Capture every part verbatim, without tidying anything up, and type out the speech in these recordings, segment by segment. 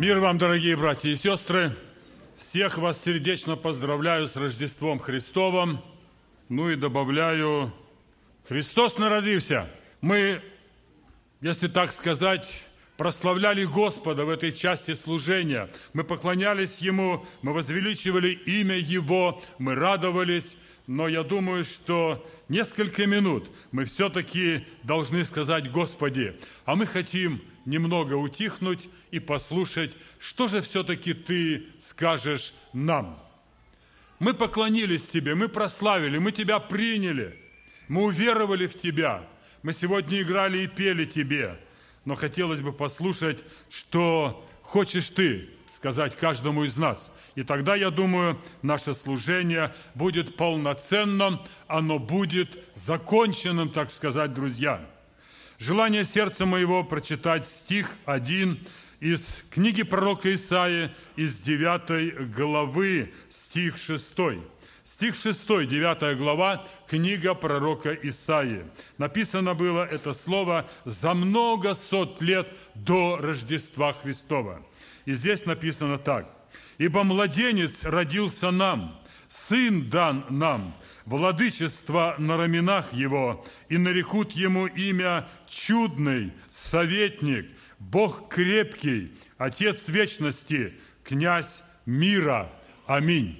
Мир вам, дорогие братья и сестры! Всех вас сердечно поздравляю с Рождеством Христовым. Ну и добавляю, Христос народился. Мы, если так сказать, прославляли Господа в этой части служения. Мы поклонялись Ему, мы возвеличивали имя Его, мы радовались. Но я думаю, что несколько минут мы все-таки должны сказать: Господи, а мы хотим немного утихнуть и послушать, что же все-таки Ты скажешь нам. Мы поклонились Тебе, мы прославили, мы Тебя приняли, мы уверовали в Тебя. Мы сегодня играли и пели Тебе, но хотелось бы послушать, что хочешь Ты сказать каждому из нас. И тогда, я думаю, наше служение будет полноценным, оно будет законченным, так сказать, друзья. Желание сердца моего прочитать стих один из книги пророка Исаии, из девятой главы, стих шестой. Стих шестой, девятая глава, книга пророка Исаии. Написано было это слово за много сот лет до Рождества Христова. И здесь написано так: «Ибо младенец родился нам, сын дан нам, владычество на раменах его, и нарекут ему имя Чудный, Советник, Бог крепкий, Отец вечности, Князь мира. Аминь».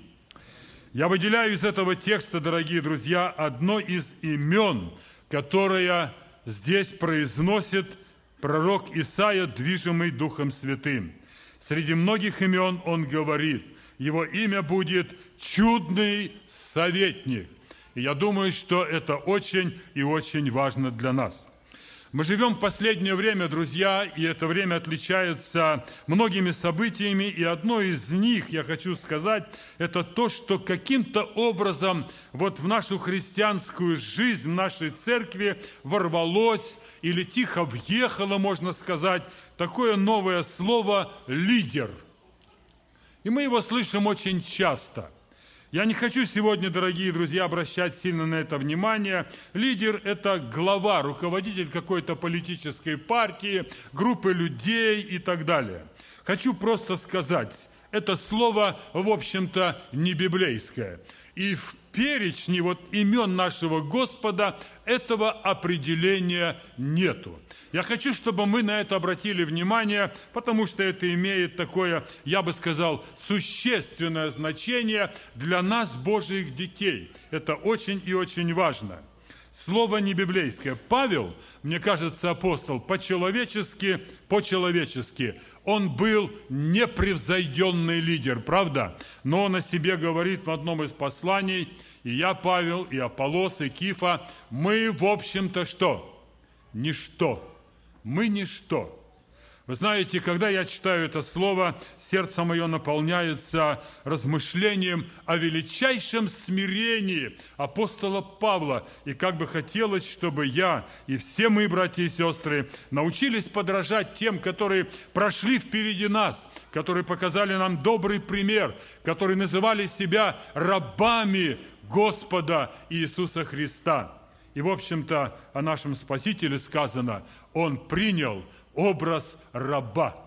Я выделяю из этого текста, дорогие друзья, одно из имен, которое здесь произносит пророк Исаия, движимый Духом Святым. Среди многих имен он говорит, его имя будет «Чудный Советник». И я думаю, что это очень и очень важно для нас. Мы живем в последнее время, друзья, и это время отличается многими событиями, и одно из них, я хочу сказать, это то, что каким-то образом вот в нашу христианскую жизнь, в нашей церкви ворвалось или тихо въехало, можно сказать, такое новое слово «лидер». И мы его слышим очень часто. Я не хочу сегодня, дорогие друзья, обращать сильно на это внимание. Лидер – это глава, руководитель какой-то политической партии, группы людей и так далее. Хочу просто сказать, это слово, в общем-то, не библейское. И в перечне вот имен нашего Господа этого определения нету. Я хочу, чтобы мы на это обратили внимание, потому что это имеет такое, я бы сказал, существенное значение для нас, Божьих детей. Это очень и очень важно. Слово не библейское. Павел, мне кажется, апостол, по-человечески, по-человечески, он был непревзойденный лидер, правда? Но он о себе говорит в одном из посланий: и я, Павел, и Аполлос, и Кифа, мы, в общем-то, что? Ничто. Мы ничто. Вы знаете, когда я читаю это слово, сердце мое наполняется размышлением о величайшем смирении апостола Павла. И как бы хотелось, чтобы я и все мои братья и сестры научились подражать тем, которые прошли впереди нас, которые показали нам добрый пример, которые называли себя рабами Господа Иисуса Христа. И, в общем-то, о нашем Спасителе сказано: Он принял образ раба.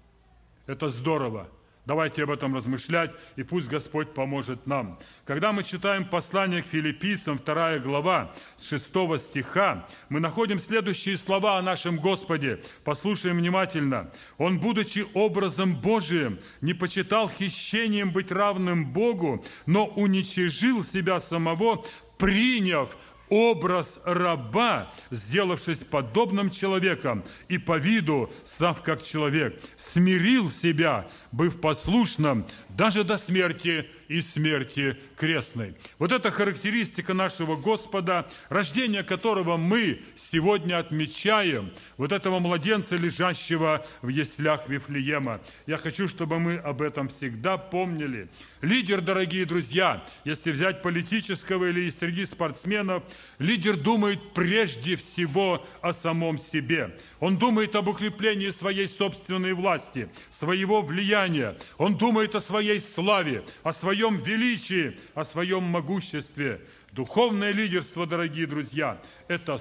Это здорово. Давайте об этом размышлять, и пусть Господь поможет нам. Когда мы читаем послание к филиппийцам, вторая глава, с шестого стиха, мы находим следующие слова о нашем Господе. Послушаем внимательно. «Он, будучи образом Божиим, не почитал хищением быть равным Богу, но уничижил себя самого, приняв образ раба, сделавшись подобным человеком, и по виду, став как человек, смирил себя, быв послушным даже до смерти и смерти крестной». Вот эта характеристика нашего Господа, рождение которого мы сегодня отмечаем, вот этого младенца, лежащего в яслях Вифлеема. Я хочу, чтобы мы об этом всегда помнили. Лидер, дорогие друзья, если взять политического или среди спортсменов, лидер думает прежде всего о самом себе. Он думает об укреплении своей собственной власти, своего влияния. Он думает о своей славе, о своем величии, о своем могуществе. Духовное лидерство, дорогие друзья, это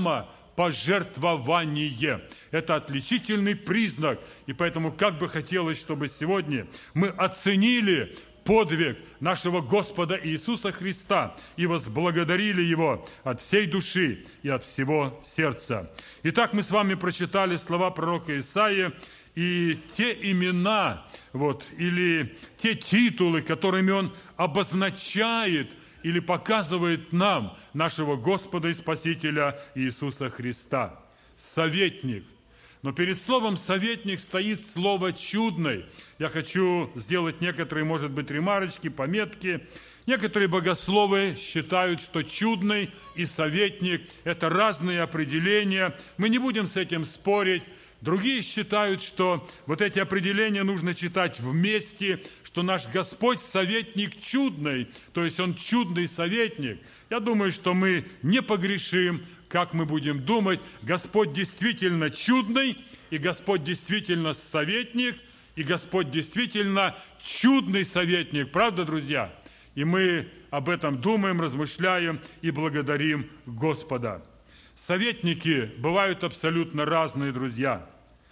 самопожертвование. Это отличительный признак. И поэтому как бы хотелось, чтобы сегодня мы оценили подвиг нашего Господа Иисуса Христа и возблагодарили Его от всей души и от всего сердца. Итак, мы с вами прочитали слова пророка Исаии, и те имена, вот, или те титулы, которыми он обозначает или показывает нам нашего Господа и Спасителя Иисуса Христа. Советник. Но перед словом «советник» стоит слово «чудный». Я хочу сделать некоторые, может быть, ремарочки, пометки. Некоторые богословы считают, что «чудный» и «советник» – это разные определения. Мы не будем с этим спорить. Другие считают, что вот эти определения нужно читать вместе, что наш Господь советник чудный, то есть Он чудный советник. Я думаю, что мы не погрешим, как мы будем думать. Господь действительно чудный, и Господь действительно советник, и Господь действительно чудный советник. Правда, друзья? И мы об этом думаем, размышляем и благодарим Господа. Советники бывают абсолютно разные, друзья.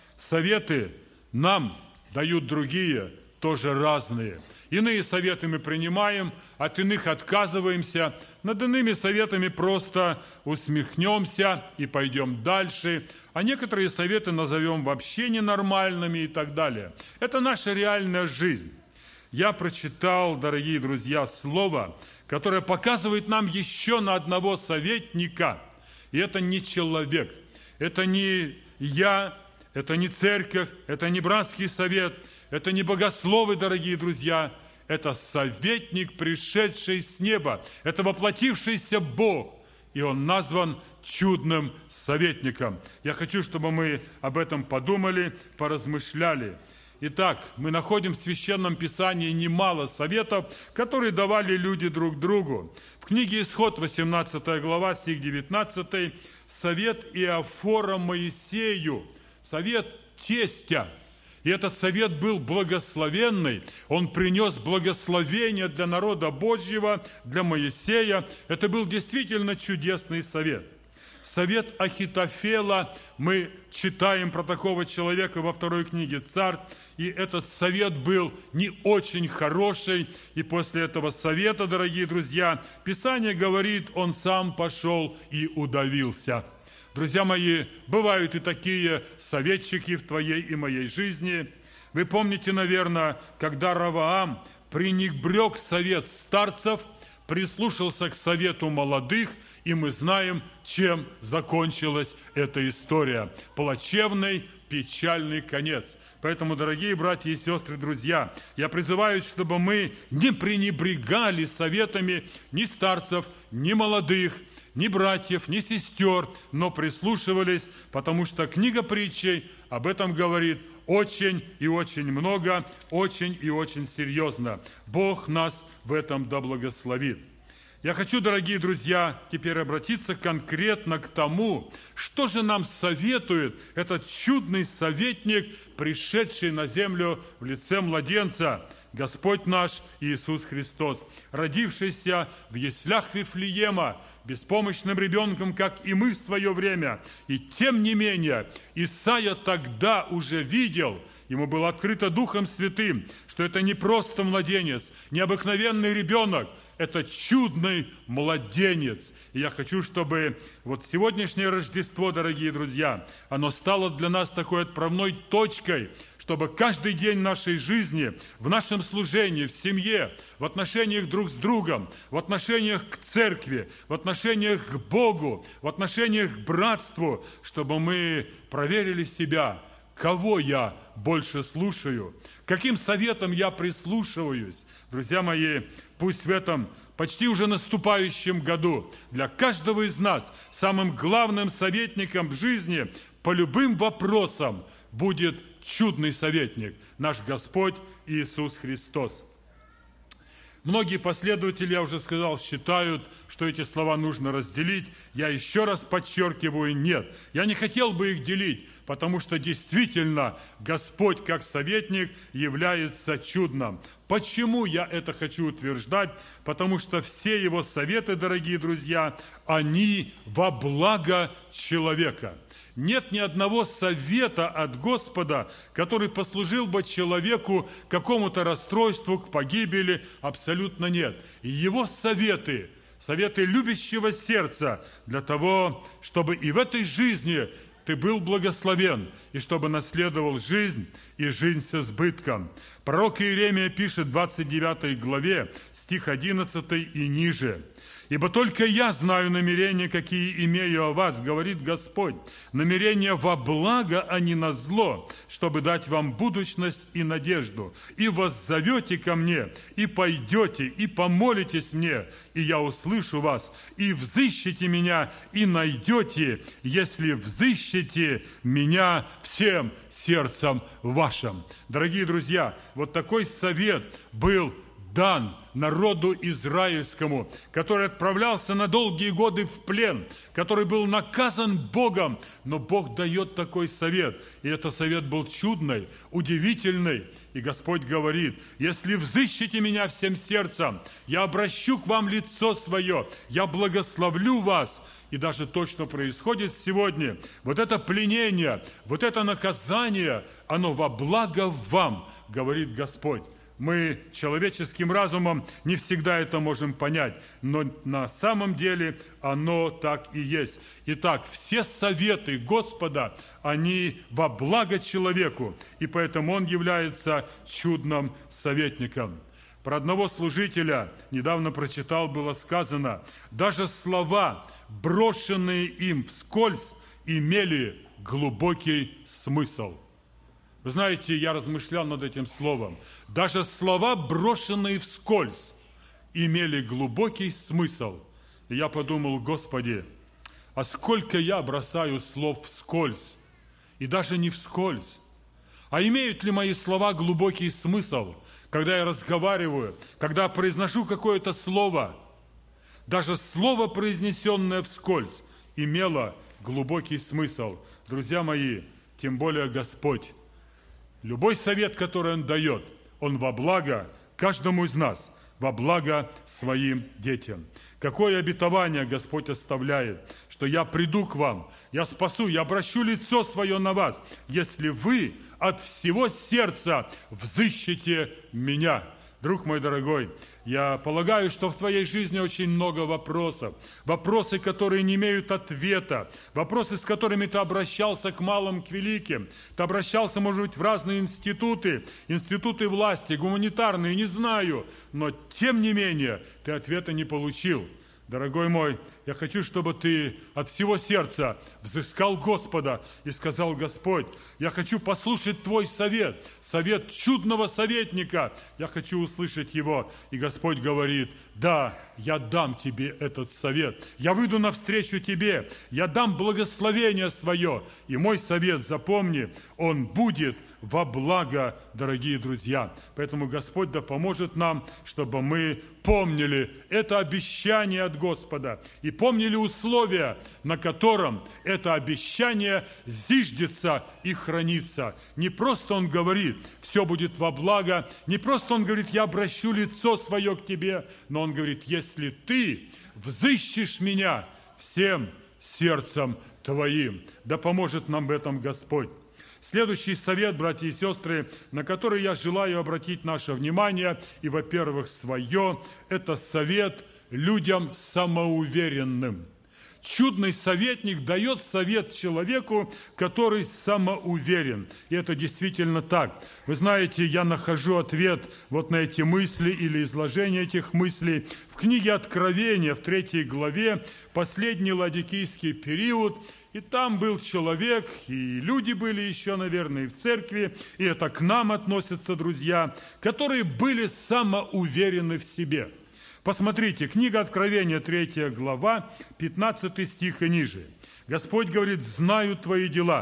Советы нам дают другие, тоже разные. Иные советы мы принимаем, от иных отказываемся. Над иными советами просто усмехнемся и пойдем дальше. А некоторые советы назовем вообще ненормальными и так далее. Это наша реальная жизнь. Я прочитал, дорогие друзья, слово, которое показывает нам еще на одного советника. И это не человек, это не я, это не церковь, это не братский совет, это не богословы, дорогие друзья, это советник, пришедший с неба, это воплотившийся Бог, и Он назван чудным советником. Я хочу, чтобы мы об этом подумали, поразмышляли. Итак, мы находим в Священном Писании немало советов, которые давали люди друг другу. В книге Исход, восемнадцатая глава, стих девятнадцатый, совет Иофора Моисею, совет тестя. И этот совет был благословенный. Он принес благословение для народа Божьего, для Моисея. Это был действительно чудесный совет. Совет Ахитофела, мы читаем про такого человека во второй книге Царств, и этот совет был не очень хороший, и после этого совета, дорогие друзья, Писание говорит, он сам пошел и удавился. Друзья мои, бывают и такие советчики в твоей и моей жизни. Вы помните, наверное, когда Раваам пренебрег совет старцев, прислушался к совету молодых, и мы знаем, чем закончилась эта история. Плачевный, печальный конец. Поэтому, дорогие братья и сестры, друзья, я призываю, чтобы мы не пренебрегали советами ни старцев, ни молодых, ни братьев, ни сестер, но прислушивались, потому что книга притчей об этом говорит очень и очень много, очень и очень серьезно. Бог нас в этом да благословит. Я хочу, дорогие друзья, теперь обратиться конкретно к тому, что же нам советует этот чудный советник, пришедший на землю в лице младенца, Господь наш Иисус Христос, родившийся в яслях Вифлеема, беспомощным ребенком, как и мы в свое время. И тем не менее, Исаия тогда уже видел, ему было открыто Духом Святым, что это не просто младенец, необыкновенный ребенок, это чудный младенец. И я хочу, чтобы вот сегодняшнее Рождество, дорогие друзья, оно стало для нас такой отправной точкой, чтобы каждый день нашей жизни, в нашем служении, в семье, в отношениях друг с другом, в отношениях к церкви, в отношениях к Богу, в отношениях к братству, чтобы мы проверили себя, кого я больше слушаю, каким советом я прислушиваюсь. Друзья мои, пусть в этом почти уже наступающем году для каждого из нас самым главным советником в жизни по любым вопросам будет чудный советник, наш Господь Иисус Христос. Многие последователи, я уже сказал, считают, что эти слова нужно разделить. Я еще раз подчеркиваю, нет. Я не хотел бы их делить, потому что действительно Господь, как советник, является чудным. Почему я это хочу утверждать? Потому что все Его советы, дорогие друзья, они во благо человека. Нет ни одного совета от Господа, который послужил бы человеку к какому-то расстройству, к погибели. Абсолютно нет. Его советы, советы любящего сердца для того, чтобы и в этой жизни ты был благословен, и чтобы наследовал жизнь и жизнь с избытком. Пророк Иеремия пишет в двадцать девятой главе, стих одиннадцатый и ниже. «Ибо только я знаю намерения, какие имею о вас, говорит Господь, намерения во благо, а не на зло, чтобы дать вам будущность и надежду. И воззовете ко мне, и пойдете, и помолитесь мне, и я услышу вас, и взыщете меня, и найдете, если взыщете меня всем сердцем вашим». Дорогие друзья, вот такой совет был дан народу израильскому, который отправлялся на долгие годы в плен, который был наказан Богом, но Бог дает такой совет, и этот совет был чудный, удивительный, и Господь говорит: если взыщете меня всем сердцем, я обращу к вам лицо свое, я благословлю вас. И даже то, что происходит сегодня, вот это пленение, вот это наказание, оно во благо вам, говорит Господь. Мы человеческим разумом не всегда это можем понять, но на самом деле оно так и есть. Итак, все советы Господа, они во благо человеку, и поэтому Он является чудным советником. Про одного служителя недавно прочитал, было сказано: даже слова, брошенные им вскользь, имели глубокий смысл. Вы знаете, я размышлял над этим словом. Даже слова, брошенные вскользь, имели глубокий смысл. И я подумал: Господи, а сколько я бросаю слов вскользь, и даже не вскользь. А имеют ли мои слова глубокий смысл, когда я разговариваю, когда произношу какое-то слово? Даже слово, произнесенное вскользь, имело глубокий смысл. Друзья мои, тем более Господь. Любой совет, который Он дает, он во благо каждому из нас, во благо своим детям. Какое обетование Господь оставляет, что я приду к вам, я спасу, я обращу лицо свое на вас, если вы от всего сердца взыщете меня. Друг мой дорогой, я полагаю, что в твоей жизни очень много вопросов. Вопросы, которые не имеют ответа. Вопросы, с которыми ты обращался к малым, к великим. Ты обращался, может быть, в разные институты, институты власти, гуманитарные, не знаю. Но, тем не менее, ты ответа не получил. Дорогой мой, я хочу, чтобы ты от всего сердца взыскал Господа и сказал: Господь, я хочу послушать Твой совет, совет чудного советника. Я хочу услышать его. И Господь говорит: да, я дам тебе этот совет. Я выйду навстречу тебе. Я дам благословение свое. И мой совет, запомни, он будет во благо, дорогие друзья. Поэтому Господь да поможет нам, чтобы мы помнили это обещание от Господа и помнили условия, на котором это обещание зиждется и хранится. Не просто Он говорит: все будет во благо, не просто Он говорит: я обращу лицо свое к тебе, но Он говорит: если ты взыщешь меня всем сердцем твоим. Да поможет нам в этом Господь. Следующий совет, братья и сестры, на который я желаю обратить наше внимание, и, во-первых, свое, это совет людям самоуверенным. Чудный советник дает совет человеку, который самоуверен. И это действительно так. Вы знаете, я нахожу ответ вот на эти мысли или изложение этих мыслей в книге Откровения, в третьей главе, последний ладикийский период. И там был человек, и люди были еще, наверное, и в церкви, и это к нам относятся, друзья, которые были самоуверены в себе. Посмотрите, книга Откровения, третья глава, пятнадцатый стих и ниже. Господь говорит: «Знаю твои дела.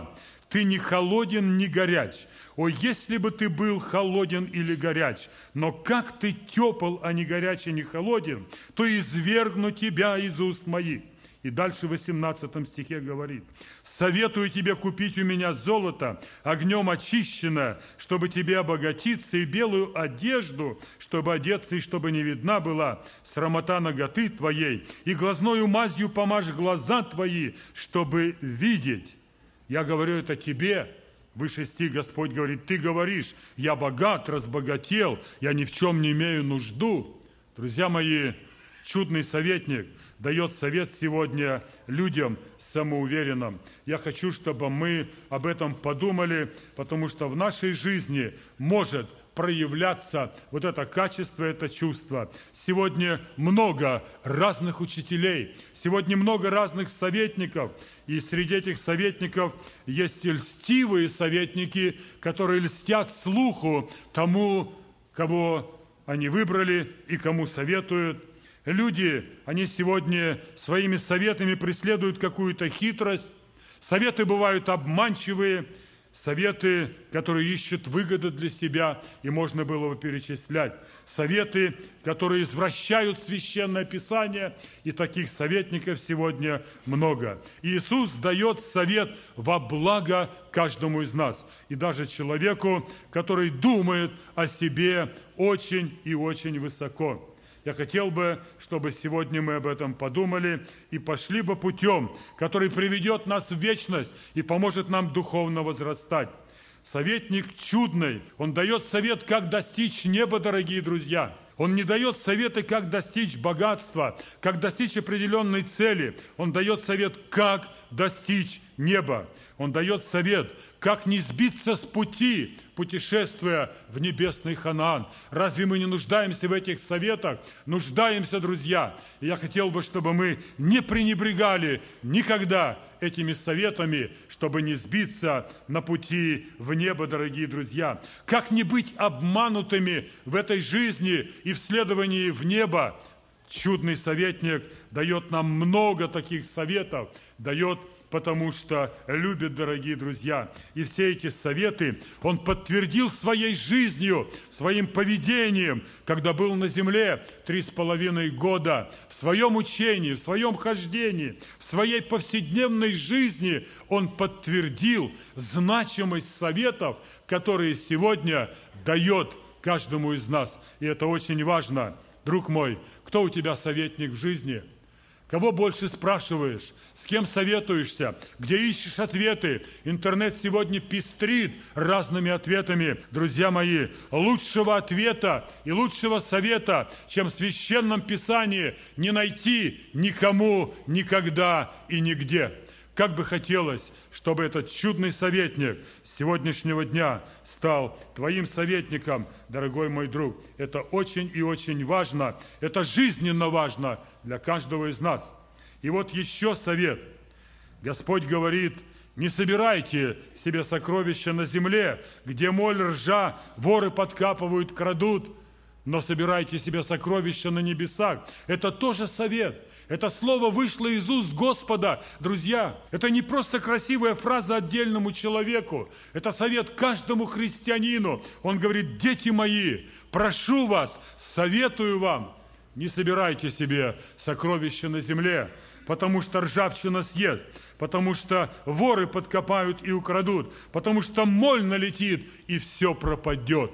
ты не холоден, ни горяч. О, если бы ты был холоден или горяч, но как ты тепл, а не горяч и не холоден, то извергну тебя из уст моих». И дальше в восемнадцатом стихе говорит: «Советую тебе купить у меня золото, огнем очищенное, чтобы тебе обогатиться, и белую одежду, чтобы одеться, и чтобы не видна была срамота наготы твоей, и глазною мазью помажь глаза твои, чтобы видеть». Я говорю это тебе. Выше стих Господь говорит: ты говоришь: я богат, разбогател, я ни в чем не имею нужду. Друзья мои, чудный советник дает совет сегодня людям самоуверенным. Я хочу, чтобы мы об этом подумали, потому что в нашей жизни может проявляться вот это качество, это чувство. Сегодня много разных учителей, сегодня много разных советников, и среди этих советников есть и льстивые советники, которые льстят слуху тому, кого они выбрали и кому советуют. Люди, они сегодня своими советами преследуют какую-то хитрость. Советы бывают обманчивые, советы, которые ищут выгоды для себя, и можно было бы перечислять. Советы, которые извращают Священное Писание, и таких советников сегодня много. Иисус дает совет во благо каждому из нас, и даже человеку, который думает о себе очень и очень высоко. Я хотел бы, чтобы сегодня мы об этом подумали и пошли бы путем, который приведет нас в вечность и поможет нам духовно возрастать. Советник чудный, он дает совет, как достичь неба, дорогие друзья. Он не дает советы, как достичь богатства, как достичь определенной цели. Он дает совет, как достичь неба. Он дает совет, как не сбиться с пути, путешествуя в небесный Ханаан. Разве мы не нуждаемся в этих советах? Нуждаемся, друзья. И я хотел бы, чтобы мы не пренебрегали никогда этими советами, чтобы не сбиться на пути в небо, дорогие друзья. Как не быть обманутыми в этой жизни и в следовании в небо? Чудный советник дает нам много таких советов, дает, потому что любит, дорогие друзья. И все эти советы он подтвердил своей жизнью, своим поведением, когда был на земле три с половиной года. В своем учении, в своем хождении, в своей повседневной жизни он подтвердил значимость советов, которые сегодня дает каждому из нас. И это очень важно. Друг мой, кто у тебя советник в жизни? Кого больше спрашиваешь? С кем советуешься? Где ищешь ответы? Интернет сегодня пестрит разными ответами. Друзья мои, лучшего ответа и лучшего совета, чем в Священном Писании, не найти никому, никогда и нигде. Как бы хотелось, чтобы этот чудный советник с сегодняшнего дня стал твоим советником, дорогой мой друг. Это очень и очень важно. Это жизненно важно для каждого из нас. И вот еще совет. Господь говорит: не собирайте себе сокровища на земле, где моль, ржа, воры подкапывают, крадут, но собирайте себе сокровища на небесах. Это тоже совет. Это слово вышло из уст Господа, друзья. Это не просто красивая фраза отдельному человеку. Это совет каждому христианину. Он говорит: дети мои, прошу вас, советую вам, не собирайте себе сокровища на земле, потому что ржавчина съест, потому что воры подкопают и украдут, потому что моль налетит и все пропадет.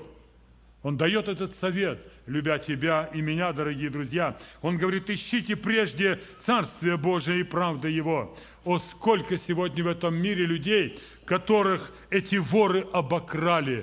Он дает этот совет, любя тебя и меня, дорогие друзья. Он говорит: ищите прежде Царствие Божие и правды Его. О, сколько сегодня в этом мире людей, которых эти воры обокрали.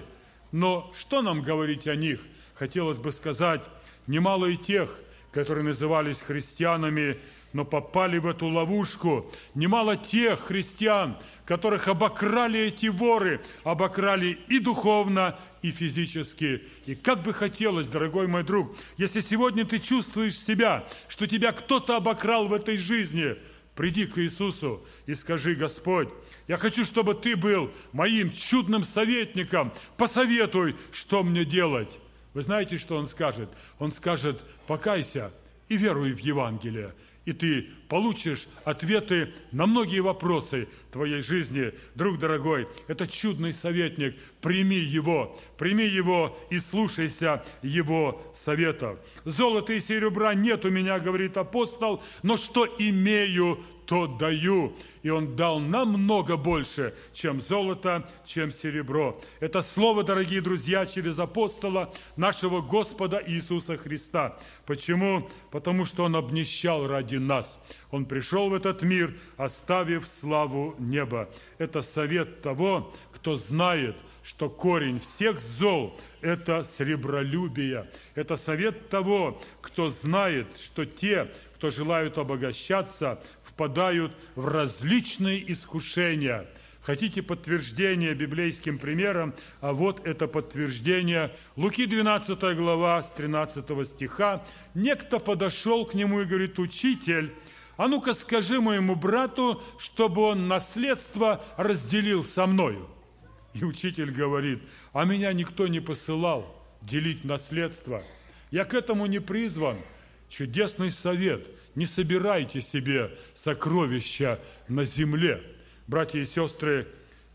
Но что нам говорить о них? Хотелось бы сказать, немало и тех, которые назывались христианами, но попали в эту ловушку. Немало тех христиан, которых обокрали эти воры, обокрали и духовно, и физически. И как бы хотелось, дорогой мой друг, если сегодня ты чувствуешь себя, что тебя кто-то обокрал в этой жизни, приди к Иисусу и скажи: Господь, я хочу, чтобы Ты был моим чудным советником. Посоветуй, что мне делать. Вы знаете, что Он скажет? Он скажет: покайся и веруй в Евангелие, и ты получишь ответы на многие вопросы твоей жизни. Друг дорогой, это чудный советник. Прими его, прими его и слушайся его советов. Золота и серебра нет у меня, говорит апостол, но что имею, то даю. И он дал намного больше, чем золото, чем серебро. Это слово, дорогие друзья, через апостола нашего Господа Иисуса Христа. Почему? Потому что он обнищал ради нас. Он пришел в этот мир, оставив славу неба. Это совет того, кто знает, что корень всех зол – это сребролюбие. Это совет того, кто знает, что те, кто желают обогащаться, впадают в различные искушения. Хотите подтверждение библейским примером? А вот это подтверждение. Луки двенадцатая глава, с тринадцатого стиха. Некто подошел к нему и говорит: «Учитель, а ну-ка скажи моему брату, чтобы он наследство разделил со мною». И учитель говорит: «А меня никто не посылал делить наследство. Я к этому не призван». Чудесный совет. Не собирайте себе сокровища на земле. Братья и сестры,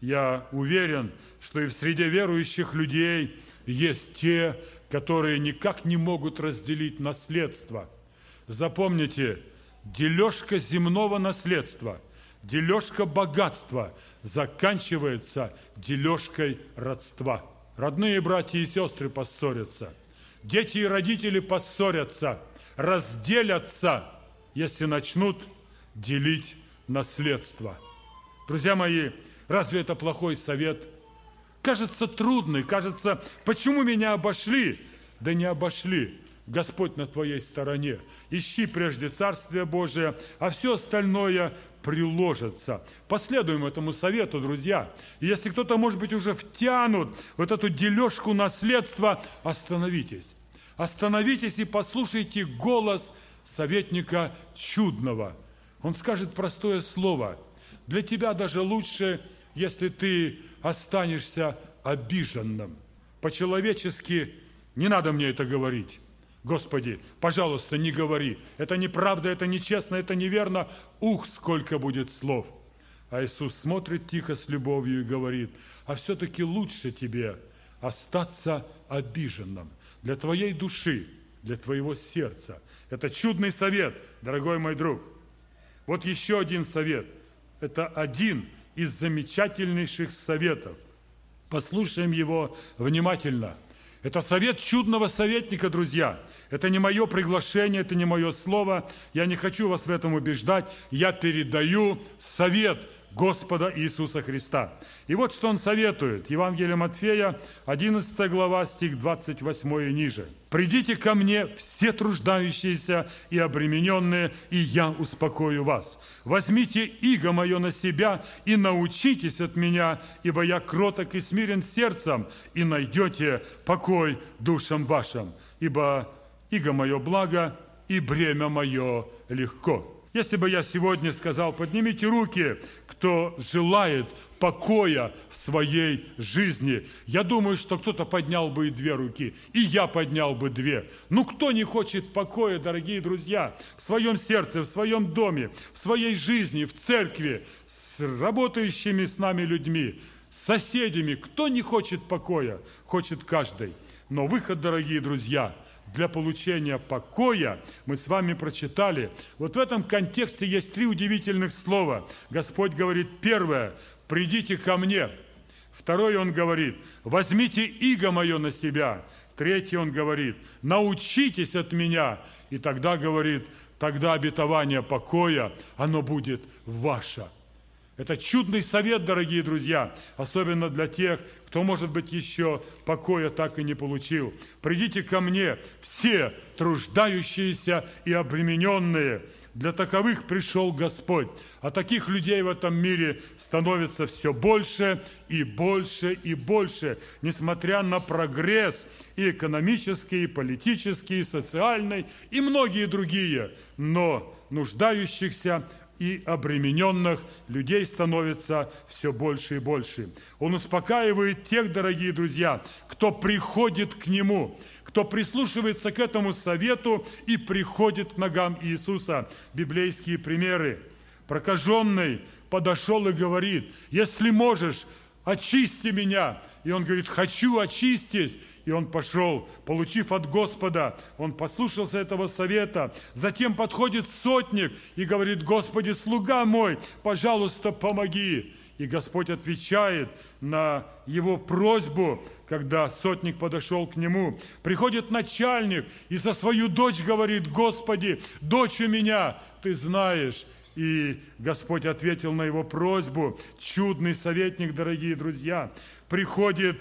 я уверен, что и в среде верующих людей есть те, которые никак не могут разделить наследство. Запомните, дележка земного наследства, дележка богатства заканчивается дележкой родства. Родные братья и сестры поссорятся, дети и родители поссорятся, разделятся, если начнут делить наследство. Друзья мои, разве это плохой совет? Кажется трудный, кажется, почему меня обошли? Да не обошли. Господь на твоей стороне. Ищи прежде Царствие Божие, а все остальное приложится. Последуем этому совету, друзья. И если кто-то, может быть, уже втянут в вот эту дележку наследства, остановитесь. Остановитесь и послушайте голос советника чудного. Он скажет простое слово. Для тебя даже лучше, если ты останешься обиженным. По-человечески не надо мне это говорить. Господи, пожалуйста, не говори. Это неправда, это нечестно, это неверно. Ух, сколько будет слов. А Иисус смотрит тихо с любовью и говорит: а все-таки лучше тебе остаться обиженным. Для твоей души, для твоего сердца. Это чудный совет, дорогой мой друг. Вот еще один совет. Это один из замечательнейших советов. Послушаем его внимательно. Это совет чудного советника, друзья. Это не мое приглашение, это не мое слово. Я не хочу вас в этом убеждать. Я передаю совет Господа Иисуса Христа. И вот что Он советует. Евангелие Матфея, одиннадцатая глава, стих двадцать восемь и ниже. «Придите ко мне, все труждающиеся и обремененные, и я успокою вас. Возьмите иго мое на себя и научитесь от меня, ибо я кроток и смирен сердцем, и найдете покой душам вашим. Ибо иго мое благо, и бремя мое легко». Если бы я сегодня сказал: поднимите руки, кто желает покоя в своей жизни, я думаю, что кто-то поднял бы и две руки, и я поднял бы две. Ну, кто не хочет покоя, дорогие друзья, в своем сердце, в своем доме, в своей жизни, в церкви, с работающими с нами людьми, с соседями? Кто не хочет покоя? Хочет каждый. Но выход, дорогие друзья, для получения покоя мы с вами прочитали. Вот в этом контексте есть три удивительных слова. Господь говорит: первое, придите ко мне. Второе, Он говорит: возьмите иго мое на себя. Третье, Он говорит: научитесь от меня. И тогда говорит: тогда обетование покоя, оно будет ваше. Это чудный совет, дорогие друзья, особенно для тех, кто, может быть, еще покоя так и не получил. Придите ко мне, все труждающиеся и обремененные. Для таковых пришел Господь. А таких людей в этом мире становится все больше и больше и больше, несмотря на прогресс и экономический, и политический, и социальный, и многие другие. Но нуждающихся, и обремененных людей становится все больше и больше. Он успокаивает тех, дорогие друзья, кто приходит к Нему, кто прислушивается к этому совету и приходит к ногам Иисуса. Библейские примеры. Прокаженный подошел и говорит: если можешь, очисти меня. И он говорит: хочу, очистись. И он пошел, получив от Господа, он послушался этого совета. Затем подходит сотник и говорит: Господи, слуга мой, пожалуйста, помоги. И Господь отвечает на его просьбу, когда сотник подошел к нему. Приходит начальник и за свою дочь говорит: Господи, дочь у меня, ты знаешь. И Господь ответил на его просьбу. Чудный советник, дорогие друзья. Приходит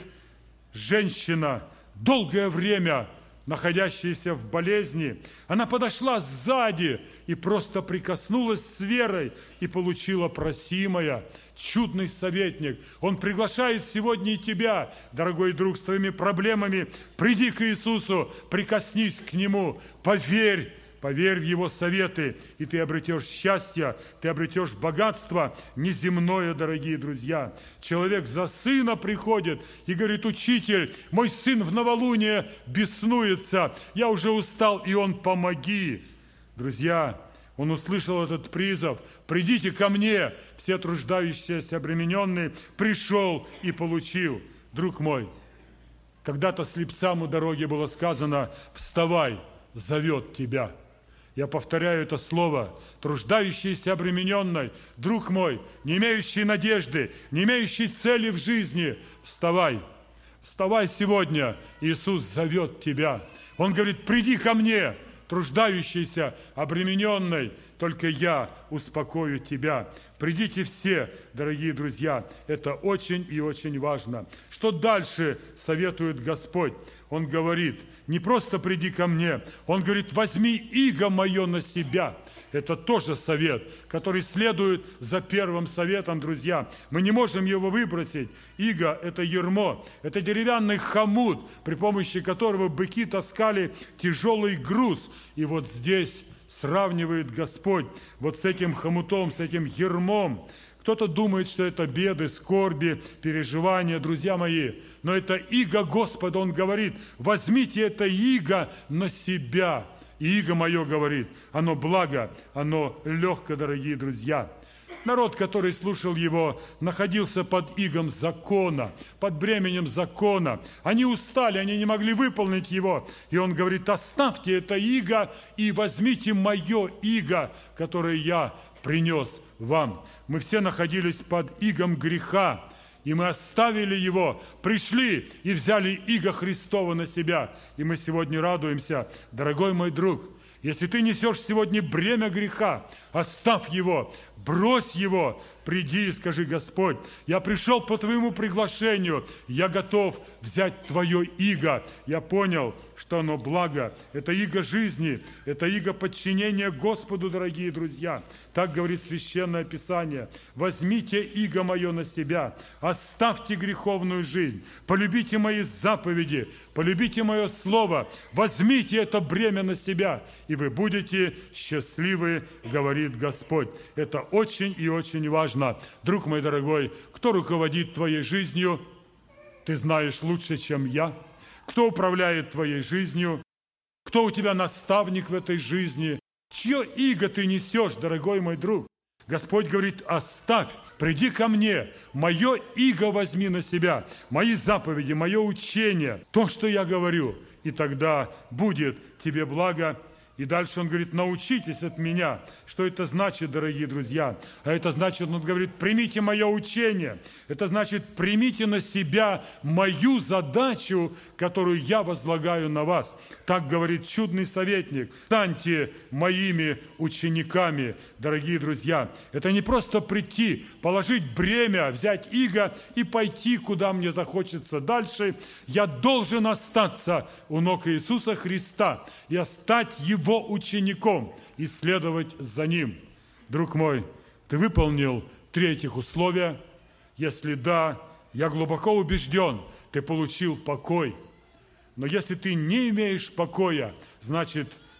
женщина, долгое время находящаяся в болезни. Она подошла сзади и просто прикоснулась с верой и получила просимое. Чудный советник. Он приглашает сегодня и тебя, дорогой друг, с твоими проблемами. Приди к Иисусу, прикоснись к Нему, поверь. Поверь в Его советы, и ты обретешь счастье, ты обретешь богатство неземное, дорогие друзья. Человек за сына приходит и говорит: учитель, мой сын в новолуние беснуется, я уже устал, и он помоги. Друзья, он услышал этот призыв: придите ко мне, все труждающиеся, обремененные. Пришел и получил. Друг мой, когда-то слепцам у дороги было сказано: вставай, зовет тебя. Я повторяю это слово: труждающийся, обремененный, друг мой, не имеющий надежды, не имеющий цели в жизни, вставай, вставай сегодня, Иисус зовет тебя. Он говорит: приди ко мне, труждающийся, обремененный, только я успокою тебя. Придите все, дорогие друзья, это очень и очень важно. Что дальше советует Господь? Он говорит: не просто приди ко мне, Он говорит: возьми иго мое на себя. Это тоже совет, который следует за первым советом, друзья. Мы не можем его выбросить. Иго – это ярмо, это деревянный хомут, при помощи которого быки таскали тяжелый груз. И вот здесь сравнивает Господь вот с этим хомутом, с этим ярмом. Кто-то думает, что это беды, скорби, переживания, друзья мои. Но это иго Господа. Он говорит: возьмите это иго на себя. И иго мое, говорит, оно благо, оно легко, дорогие друзья. Народ, который слушал его, находился под игом закона, под бременем закона. Они устали, они не могли выполнить его. И он говорит: оставьте это иго и возьмите мое иго, которое я принес вам. Мы все находились под игом греха, и мы оставили его, пришли и взяли иго Христово на себя. И мы сегодня радуемся, дорогой мой друг. Если ты несешь сегодня бремя греха, оставь его, брось его, приди и скажи: Господь, я пришел по Твоему приглашению, я готов взять Твое иго. Я понял, что оно благо. Это иго жизни, это иго подчинения Господу, дорогие друзья. Так говорит Священное Писание. Возьмите иго мое на себя, оставьте греховную жизнь, полюбите мои заповеди, полюбите мое слово, возьмите это бремя на себя, и вы будете счастливы, говорит Господь. Это очень и очень важно. Друг мой дорогой, кто руководит твоей жизнью, ты знаешь лучше, чем я. Кто управляет твоей жизнью? Кто у тебя наставник в этой жизни? Чье иго ты несешь, дорогой мой друг? Господь говорит: оставь, приди ко мне, мое иго возьми на себя, мои заповеди, мое учение, то, что я говорю, и тогда будет тебе благо. И дальше он говорит: научитесь от меня. Что это значит, дорогие друзья? А это значит, он говорит: примите мое учение. Это значит, примите на себя мою задачу, которую я возлагаю на вас. Так говорит чудный советник: станьте моими учениками, дорогие друзья. Это не просто прийти, положить бремя, взять иго и пойти, куда мне захочется дальше. Я должен остаться у ног Иисуса Христа и стать Его учеником и следовать за Ним. Друг мой, ты выполнил три этих условия? Если да, я глубоко убежден, ты получил покой. Но если ты не имеешь покоя, значит,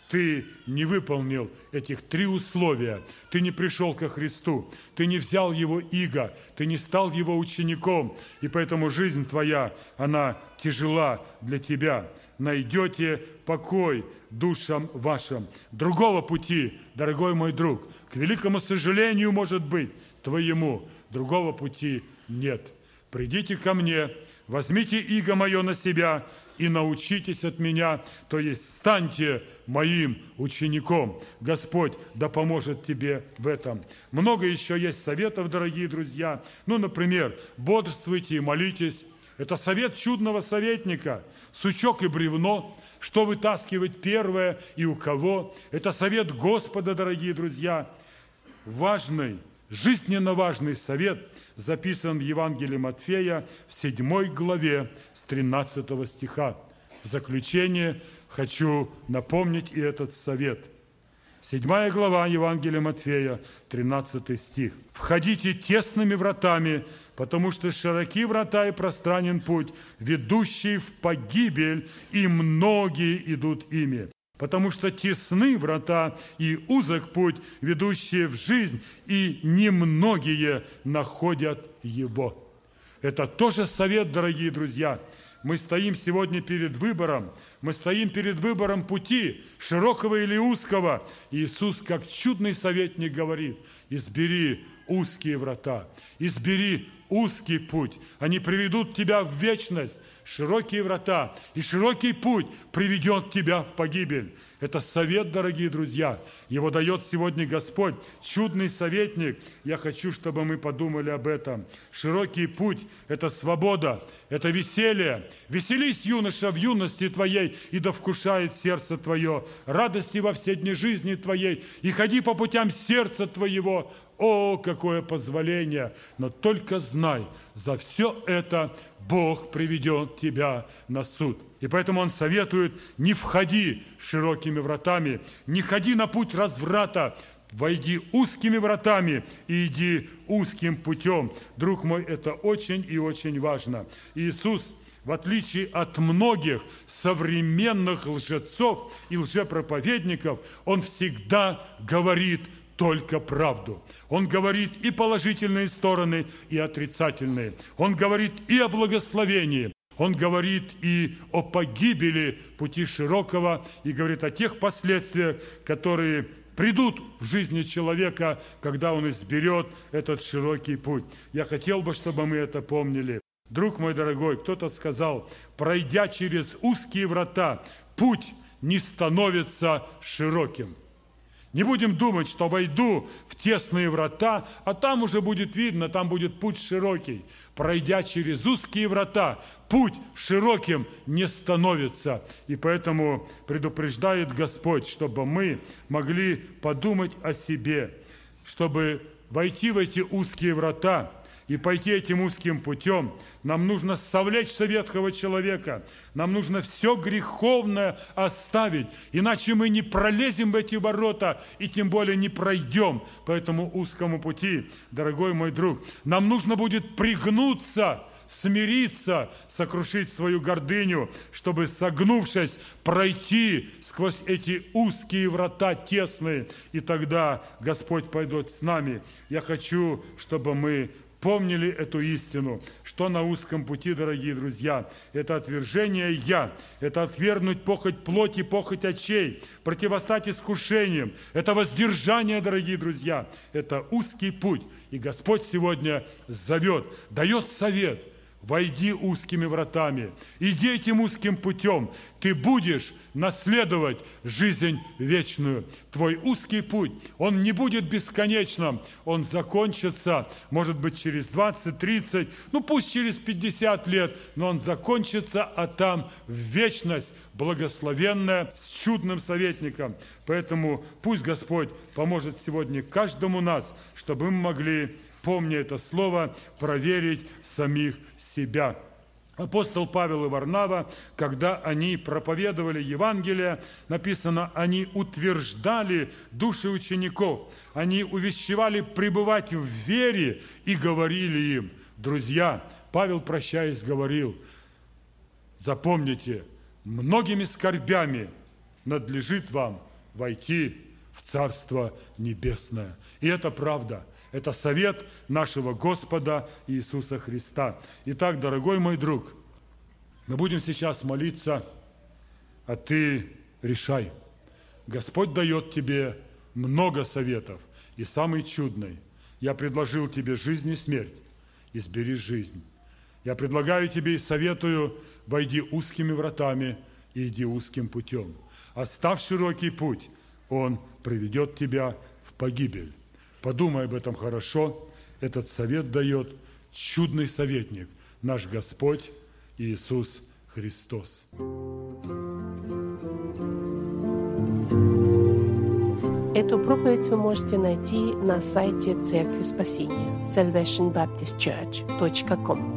ты не выполнил этих три условия. Ты не пришел ко Христу, ты не взял Его иго, ты не стал Его учеником, и поэтому жизнь твоя, она тяжела для тебя. Найдете покой душам вашим. Другого пути, дорогой мой друг, к великому сожалению, может быть, твоему, другого пути нет. Придите ко мне, возьмите иго мое на себя и научитесь от меня, то есть станьте моим учеником. Господь да поможет тебе в этом. Много еще есть советов, дорогие друзья. Ну, например, бодрствуйте и молитесь. Это совет чудного советника. Сучок и бревно, что вытаскивать первое и у кого. Это совет Господа, дорогие друзья. Важный, жизненно важный совет записан в Евангелии Матфея в седьмой главе с тринадцатого стиха. В заключение хочу напомнить и этот совет. Седьмая глава Евангелия Матфея, тринадцатый стих. «Входите тесными вратами, потому что широки врата и пространен путь, ведущий в погибель, и многие идут ими. Потому что тесны врата и узок путь, ведущие в жизнь, и немногие находят его». Это тоже совет, дорогие друзья. Мы стоим сегодня перед выбором. Мы стоим перед выбором пути, широкого или узкого. Иисус, как чудный советник, говорит: избери узкие врата, избери узкий путь. Они приведут тебя в вечность. Широкие врата и широкий путь приведет тебя в погибель. Это совет, дорогие друзья. Его дает сегодня Господь, чудный советник. Я хочу, чтобы мы подумали об этом. Широкий путь – это свобода, это веселье. Веселись, юноша, в юности твоей, и да вкушает сердце твое радости во все дни жизни твоей, и ходи по путям сердца твоего. О, какое позволение! Но только знай, за все это Бог приведет тебя на суд. И поэтому Он советует: не входи широкими вратами, не ходи на путь разврата, войди узкими вратами и иди узким путем. Друг мой, это очень и очень важно. Иисус, в отличие от многих современных лжецов и лжепроповедников, Он всегда говорит только правду. Он говорит и положительные стороны, и отрицательные. Он говорит и о благословении. Он говорит и о погибели пути широкого, и говорит о тех последствиях, которые придут в жизни человека, когда он изберет этот широкий путь. Я хотел бы, чтобы мы это помнили. Друг мой дорогой, кто-то сказал: пройдя через узкие врата, путь не становится широким. Не будем думать, что войду в тесные врата, а там уже будет видно, там будет путь широкий. Пройдя через узкие врата, путь широким не становится. И поэтому предупреждает Господь, чтобы мы могли подумать о себе, чтобы войти в эти узкие врата и пойти этим узким путем, нам нужно совлечься ветхого человека, нам нужно все греховное оставить, иначе мы не пролезем в эти ворота и тем более не пройдем по этому узкому пути. Дорогой мой друг, нам нужно будет пригнуться, смириться, сокрушить свою гордыню, чтобы, согнувшись, пройти сквозь эти узкие врата тесные, и тогда Господь пойдет с нами. Я хочу, чтобы мы помнили эту истину, что на узком пути, дорогие друзья, это отвержение «я», это отвергнуть похоть плоти, похоть очей, противостать искушениям, это воздержание, дорогие друзья, это узкий путь. И Господь сегодня зовет, дает совет: войди узкими вратами, иди этим узким путем, ты будешь наследовать жизнь вечную. Твой узкий путь, он не будет бесконечным, он закончится, может быть, через двадцать, тридцать, ну пусть через пятьдесят лет, но он закончится, а там вечность благословенная с чудным советником. Поэтому пусть Господь поможет сегодня каждому нас, чтобы мы могли, помня это слово, проверить самих себя. Апостол Павел и Варнава, когда они проповедовали Евангелие, написано, они утверждали души учеников, они увещевали пребывать в вере и говорили им: друзья, Павел, прощаясь, говорил: запомните, многими скорбями надлежит вам войти в Царство Небесное. И это правда. Это совет нашего Господа Иисуса Христа. Итак, дорогой мой друг, мы будем сейчас молиться, а ты решай. Господь дает тебе много советов. И самый чудный: я предложил тебе жизнь и смерть. Избери жизнь. Я предлагаю тебе и советую: войди узкими вратами и иди узким путем. Оставь широкий путь, он приведет тебя в погибель. Подумай об этом хорошо. Этот совет дает чудный советник, наш Господь Иисус Христос. Эту проповедь вы можете найти на сайте Церкви Спасения salvation baptist church точка com.